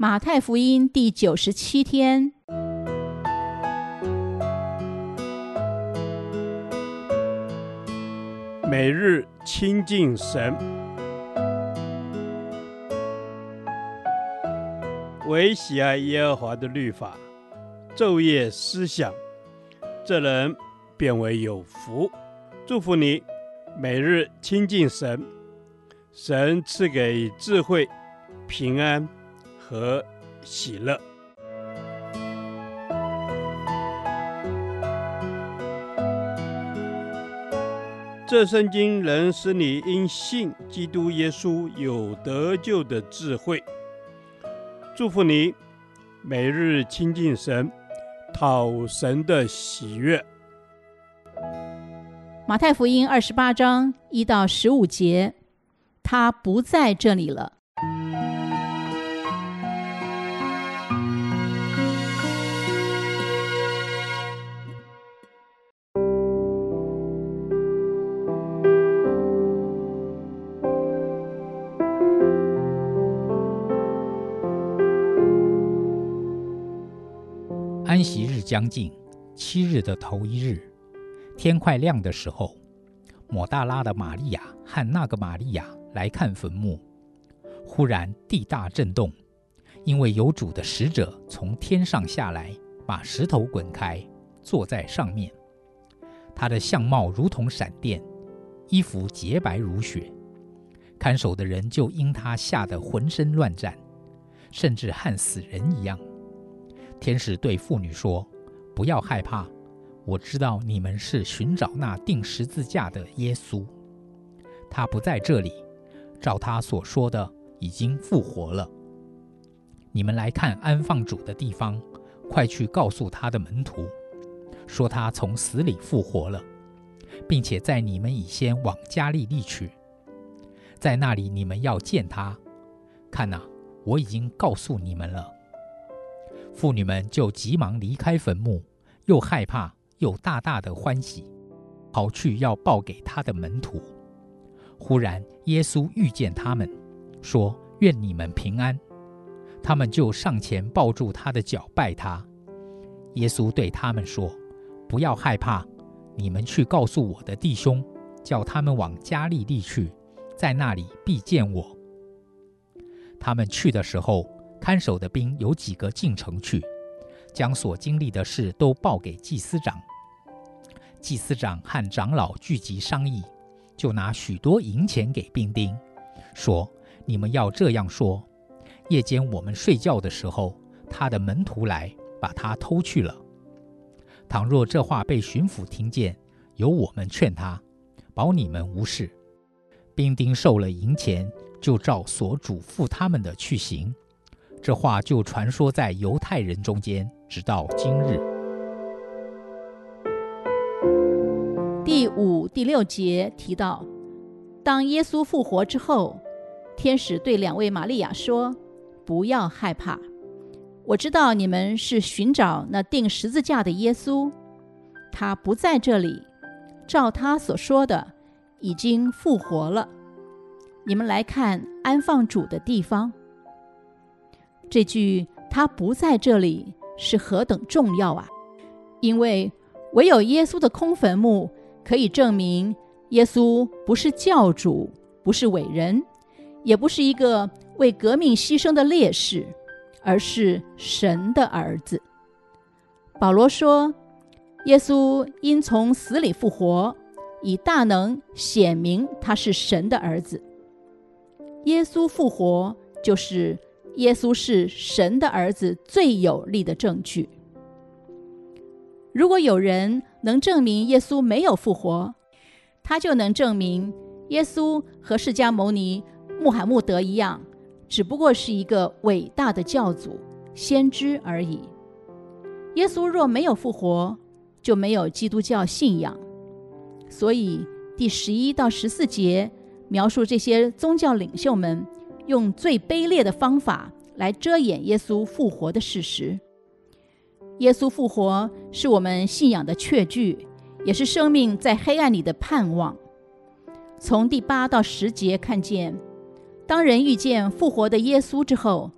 马太福音第97天， 每日亲近神，唯喜爱耶和华的律法，昼夜思想，这人便为有福。祝福你，每日亲近神，神赐给智慧、平安和喜乐。这圣经能使你因信基督耶稣有得救的智慧。祝福你，每日亲近神，讨神的喜悦。 马太福音28章1到15节，他不在这里了。 安息日将近，7日的头一日，天快亮的时候，抹大拉的玛利亚和那个玛利亚来看坟墓。忽然地大震动，因为有主的使者从天上下来，把石头滚开，坐在上面。他的相貌如同闪电，衣服洁白如雪。看守的人就因他吓得浑身乱颤，甚至和死人一样。天使对妇女说：“不要害怕，我知道你们是寻找那钉十字架的耶稣。他不在这里，照他所说的，已经复活了。你们来看安放主的地方，快去告诉他的门徒，说他从死里复活了，并且在你们以先往加利利去，在那里你们要见他。看哪，我已经告诉你们了。”妇女们就急忙离开坟墓，又害怕又大大的欢喜，跑去要报给他的门徒。忽然耶稣遇见他们，说：“愿你们平安。”他们就上前抱住他的脚拜他。耶稣对他们说：“不要害怕，你们去告诉我的弟兄，叫他们往加利利去，在那里必见我。”他们去的时候，看守的兵有几个进城去，将所经历的事都报给祭司长。祭司长和长老聚集商议，就拿许多银钱给兵丁，说：“你们要这样说，夜间我们睡觉的时候，他的门徒来把他偷去了。倘若这话被巡抚听见，由我们劝他，保你们无事。”兵丁受了银钱，就照所嘱咐他们的去行。这话就传说在犹太人中间，直到今日。 第5、第6节提到，当耶稣复活之后，天使对2位玛利亚说：“不要害怕，我知道你们是寻找那钉十字架的耶稣，他不在这里，照他所说的，已经复活了。你们来看安放主的地方。”这句“他不在这里”是何等重要啊！因为唯有耶稣的空坟墓可以证明耶稣不是教主，不是伟人，也不是一个为革命牺牲的烈士，而是神的儿子。保罗说，耶稣因从死里复活，以大能显明他是神的儿子。耶稣复活就是耶稣是神的儿子最有力的证据。如果有人能证明耶稣没有复活，他就能证明耶稣和释迦牟尼、穆罕默德一样，只不过是一个伟大的教祖、先知而已。耶稣若没有复活，就没有基督教信仰。所以第11到14节描述这些宗教领袖们用最卑劣的方法来遮掩耶稣复活的事实。耶稣复活是我们信仰的确据，也是生命在黑暗里的盼望。从第8到10节看见，当人遇见复活的耶稣之后，他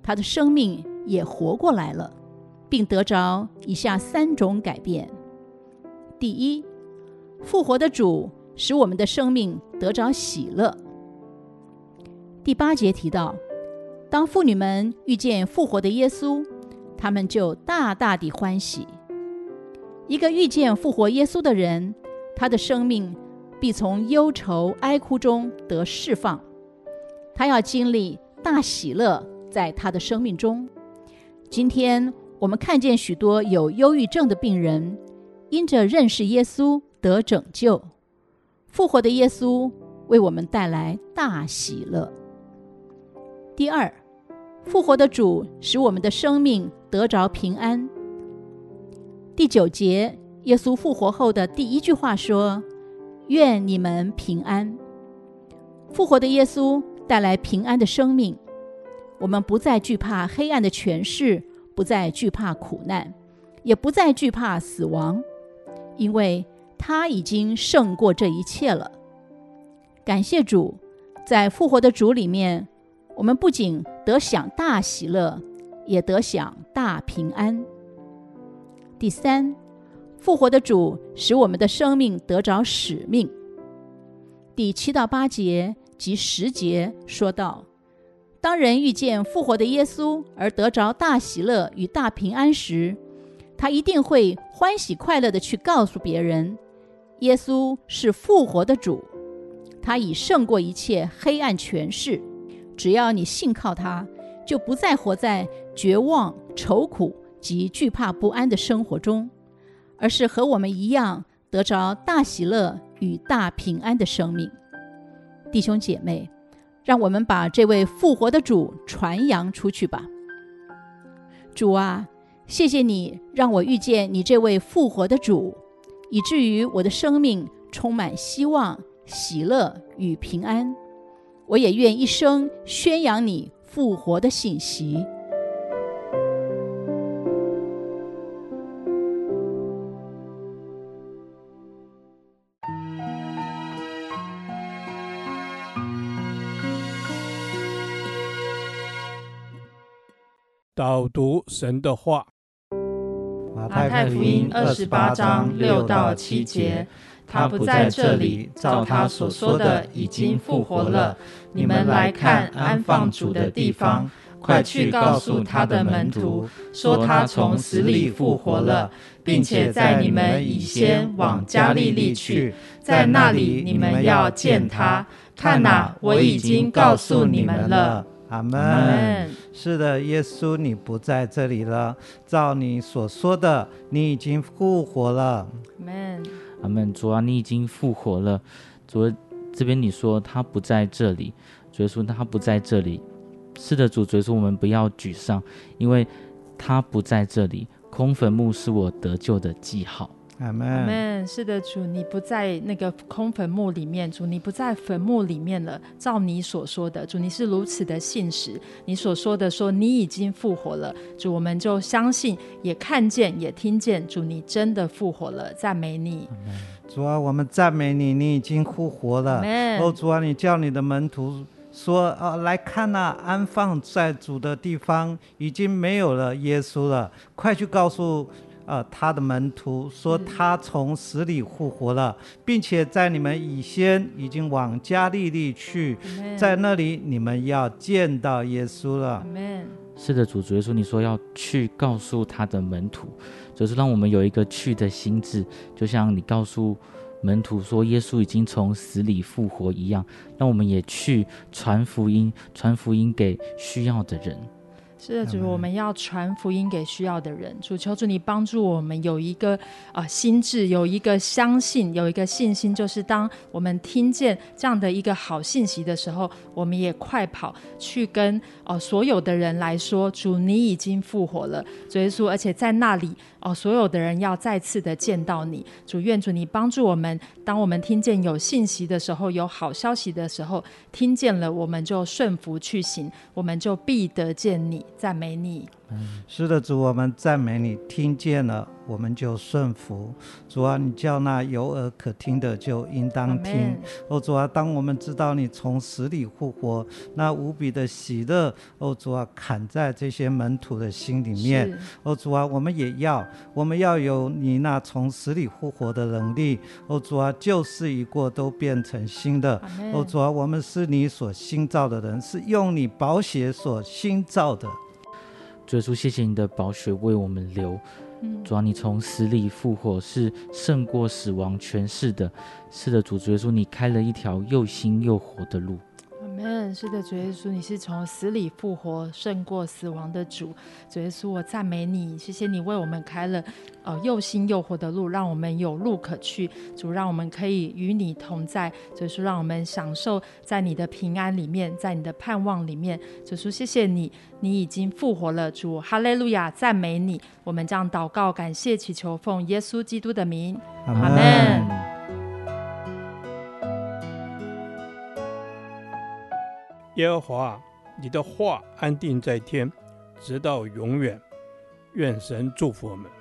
他的生命也活过来了，并得着以下3种改变。第一，复活的主使我们的生命得着喜乐。第8节提到，当妇女们遇见复活的耶稣，他们就大大地欢喜。一个遇见复活耶稣的人，他的生命必从忧愁哀哭中得释放，他要经历大喜乐在他的生命中。今天我们看见许多有忧郁症的病人，因着认识耶稣得拯救，复活的耶稣为我们带来大喜乐。第二，复活的主使我们的生命得着平安。第9节，耶稣复活后的第1句话说：愿你们平安。复活的耶稣带来平安的生命，我们不再惧怕黑暗的权势，不再惧怕苦难，也不再惧怕死亡，因为他已经胜过这一切了。感谢主，在复活的主里面，我们不仅得享大喜乐，也得享大平安。第3，复活的主使我们的生命得着使命。第7到8节及10节说到，当人遇见复活的耶稣而得着大喜乐与大平安时，他一定会欢喜快乐地去告诉别人，耶稣是复活的主，他已胜过一切黑暗权势。只要你信靠他，就不再活在绝望、愁苦及惧怕不安的生活中，而是和我们一样得着大喜乐与大平安的生命。弟兄姐妹，让我们把这位复活的主传扬出去吧。主啊，谢谢你让我遇见你这位复活的主，以至于我的生命充满希望、喜乐与平安。我也愿一生宣扬你复活的信息。 导读神的话。 马太福音28章6到7节，他不在这里，照他所说的已经复活了。你们来看安放主的地方，快去告诉他的门徒，说他从死里复活了，并且在你们以先往加利利去，在那里你们要见他。看哪，我已经告诉你们了。 阿们。是的，耶稣，你不在这里了，照你所说的，你已经复活了。 阿们。 阿们。主啊，你已经复活了。主，这边你说他不在这里，主耶稣他不在这里。是的，主耶稣，我们不要沮丧，因为他不在这里，空坟墓是我得救的记号。 阿们。 阿们。是的，主，你不在那个空坟墓里面，主，你不在坟墓里面了。照你所说的，主，你是如此的信实，你所说的说你已经复活了，主，我们就相信，也看见，也听见，主，你真的复活了，赞美你。 主啊，我们赞美你，你已经复活了。哦，主啊，你叫你的门徒说来看啊，安放在主的地方已经没有了耶稣了，快去告诉他的门徒说他从死里复活了，并且在你们以先已经往加利利去，在那里你们要见到耶稣了。 是的，主耶稣，你说要去告诉他的门徒，就是让我们有一个去的心志，就像你告诉门徒说耶稣已经从死里复活一样，让我们也去传福音给需要的人。 是的，主，我们要传福音给需要的人。主，求主你帮助我们有一个心志，有一个相信，有一个信心，就是当我们听见这样的一个好信息的时候，我们也快跑去跟所有的人来说，主，你已经复活了，主耶稣，而且在那里所有的人要再次的见到你。主，愿主你帮助我们，当我们听见有信息的时候，有好消息的时候，听见了我们就顺服去行，我们就必得见你。赞美你。 是的，主，我们赞美你，听见了我们就顺服。主啊，你叫那有耳可听的就应当听。主啊，当我们知道你从死里复活，那无比的喜乐，主啊，砍在这些门徒的心里面。主啊，我们要有你那从死里复活的能力。主啊，旧事已过，都变成新的。主啊，我们是你所新造的人，是用你宝血所新造的。 主耶稣，谢谢你的宝血为我们流。主啊，你从死里复活，是胜过死亡权势的。是的，主耶稣，你开了一条又新又活的路。 是的，主耶稣，你是从死里复活胜过死亡的主。主耶稣，我赞美你，谢谢你为我们开了又新又活的路，让我们有路可去。主，让我们可以与你同在。主耶稣，让我们享受在你的平安里面，在你的盼望里面。主耶稣，谢谢你，你已经复活了。主，哈利路亚，赞美你。我们这样祷告感谢祈求，奉耶稣基督的名，阿们。 耶和华，你的话安定在天，直到永远。愿神祝福我们。